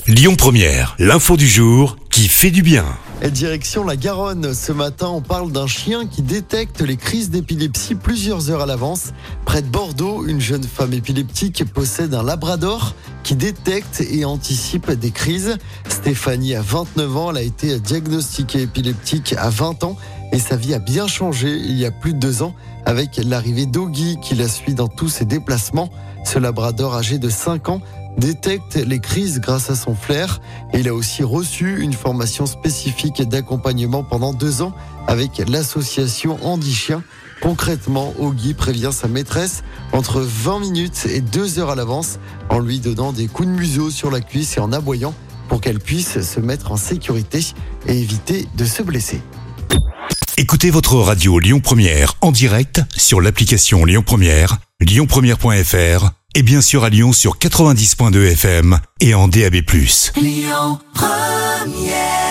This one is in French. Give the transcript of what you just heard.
Lyon Première, l'info du jour qui fait du bien. Et direction la Garonne. Ce matin, on parle d'un chien qui détecte les crises d'épilepsie plusieurs heures à l'avance. Près de Bordeaux, une jeune femme épileptique possède un labrador qui détecte et anticipe des crises. Stéphanie a 29 ans, elle a été diagnostiquée épileptique à 20 ans et sa vie a bien changé il y a plus de 2 ans avec l'arrivée d'Oggy qui la suit dans tous ses déplacements. Ce labrador âgé de 5 ans détecte les crises grâce à son flair et il a aussi reçu une formation spécifique d'accompagnement pendant 2 ans avec l'association Handi Chien. Concrètement, Oggy prévient sa maîtresse entre 20 minutes et 2 heures à l'avance en lui donnant des coups de museau sur la cuisse et en aboyant pour qu'elle puisse se mettre en sécurité et éviter de se blesser. Écoutez votre radio Lyon Première en direct sur l'application Lyon Première, lyonpremière.fr et bien sûr à Lyon sur 90.2 FM et en DAB+. Lyon Première.